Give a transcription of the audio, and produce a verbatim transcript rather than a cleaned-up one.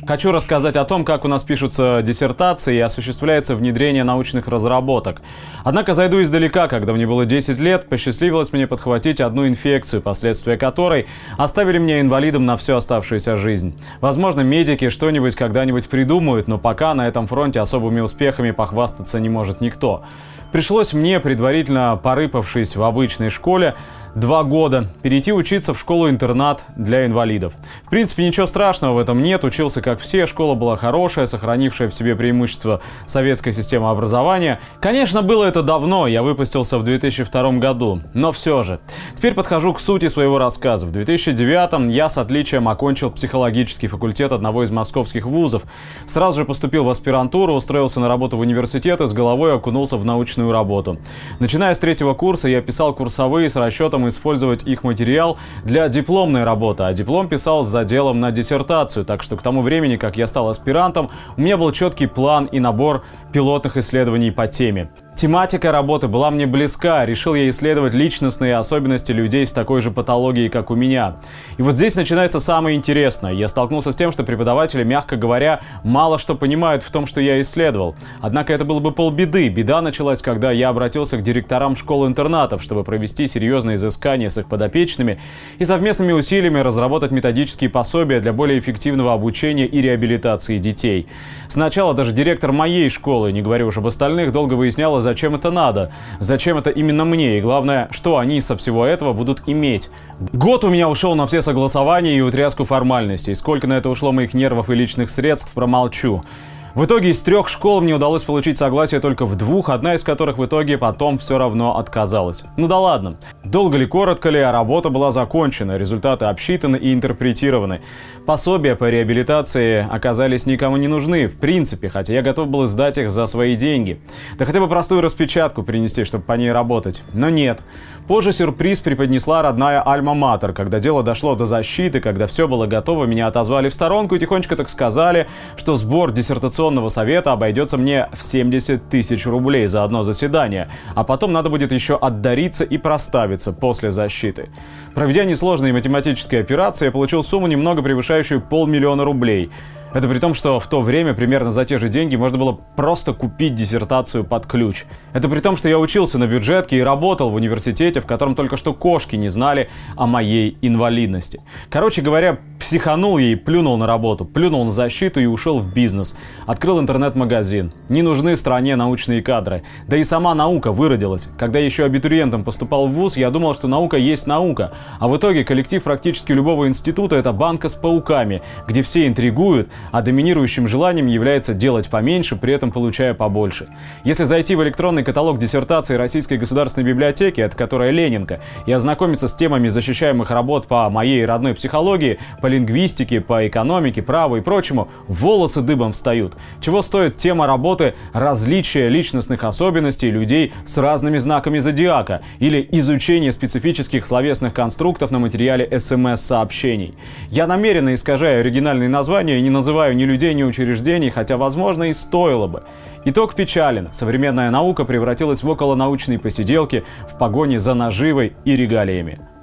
Хочу рассказать о том, как у нас пишутся диссертации и осуществляется внедрение научных разработок. Однако зайду издалека. Когда мне было десять лет, посчастливилось мне подхватить одну инфекцию, последствия которой оставили меня инвалидом на всю оставшуюся жизнь. Возможно, медики что-нибудь когда-нибудь придумают, но пока на этом фронте особыми успехами похвастаться не может никто. Пришлось мне, предварительно порыпавшись в обычной школе, два года перейти учиться в школу-интернат для инвалидов. В принципе, ничего страшного в этом нет. Учился как все, школа была хорошая, сохранившая в себе преимущество советской системы образования. Конечно, было это давно, я выпустился в две тысячи втором году, но все же. Теперь подхожу к сути своего рассказа. В две тысячи девятом я с отличием окончил психологический факультет одного из московских вузов. Сразу же поступил в аспирантуру, устроился на работу в университет и с головой окунулся в научную работу. Начиная с третьего курса я писал курсовые с расчетом использовать их материал для дипломной работы, а диплом писал с заделом на диссертацию, так что к тому времени, как я стал аспирантом, у меня был четкий план и набор пилотных исследований по теме. Тематика работы была мне близка, решил я исследовать личностные особенности людей с такой же патологией, как у меня. И вот здесь начинается самое интересное. Я столкнулся с тем, что преподаватели, мягко говоря, мало что понимают в том, что я исследовал. Однако это было бы полбеды. Беда началась, когда я обратился к директорам школ-интернатов, чтобы провести серьезные изыскания с их подопечными и совместными усилиями разработать методические пособия для более эффективного обучения и реабилитации детей. Сначала даже директор моей школы, не говоря уж об остальных, долго выясняла, зачем это надо, зачем это именно мне и, главное, что они со всего этого будут иметь. Год у меня ушел на все согласования и утряску формальностей. Сколько на это ушло моих нервов и личных средств, промолчу. В итоге из трех школ мне удалось получить согласие только в двух, одна из которых в итоге потом все равно отказалась. Ну да ладно. Долго ли, коротко ли, а работа была закончена, результаты обсчитаны и интерпретированы. Пособия по реабилитации оказались никому не нужны, в принципе, хотя я готов был сдать их за свои деньги. Да хотя бы простую распечатку принести, чтобы по ней работать. Но нет. Позже сюрприз преподнесла родная Альма-Матер. Когда дело дошло до защиты, когда все было готово, меня отозвали в сторонку и тихонечко так сказали, что сбор диссертационного совета обойдется мне в семьдесят тысяч рублей за одно заседание, а потом надо будет еще отдариться и проставиться после защиты. Проведя несложные математические операции, я получил сумму, немного превышающую полмиллиона рублей. Это при том, что в то время примерно за те же деньги можно было просто купить диссертацию под ключ. Это при том, что я учился на бюджетке и работал в университете, в котором только что кошки не знали о моей инвалидности. Короче говоря, психанул я и плюнул на работу, плюнул на защиту и ушел в бизнес. Открыл интернет-магазин. Не нужны стране научные кадры. Да и сама наука выродилась. Когда я еще абитуриентом поступал в вуз, я думал, что наука есть наука. А в итоге коллектив практически любого института – это банка с пауками, где все интригуют, а доминирующим желанием является делать поменьше, при этом получая побольше. Если зайти в электронный каталог диссертации Российской государственной библиотеки, от которой Ленинка, и ознакомиться с темами защищаемых работ по моей родной психологии, по лингвистике, по экономике, праву и прочему, волосы дыбом встают. Чего стоит тема работы «Различия личностных особенностей людей с разными знаками зодиака» или «Изучение специфических словесных конструктов на материале эс эм эс-сообщений». Я намеренно искажаю оригинальные названия и не называю ни людей, ни учреждений, хотя, возможно, и стоило бы. Итог печален. Современная наука превратилась в околонаучные посиделки в погоне за наживой и регалиями.